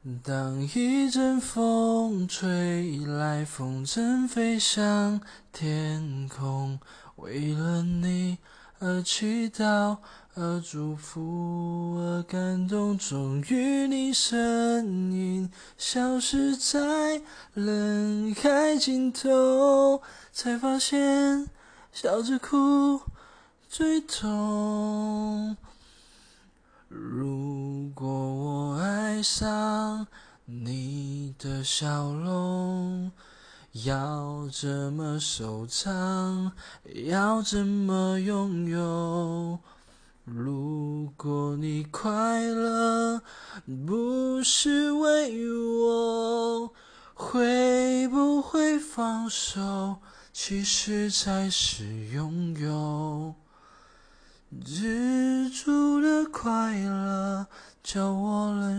当一阵风吹来，风筝飞向天空，为了你而祈祷，而祝福，而感动。终于你身影消失在人海尽头，才发现笑着哭最痛。如果我爱上你的笑容，要怎么收藏？要怎么拥有？如果你快乐不是为我，会不会放手？其实才是拥有。知足的快乐，叫我能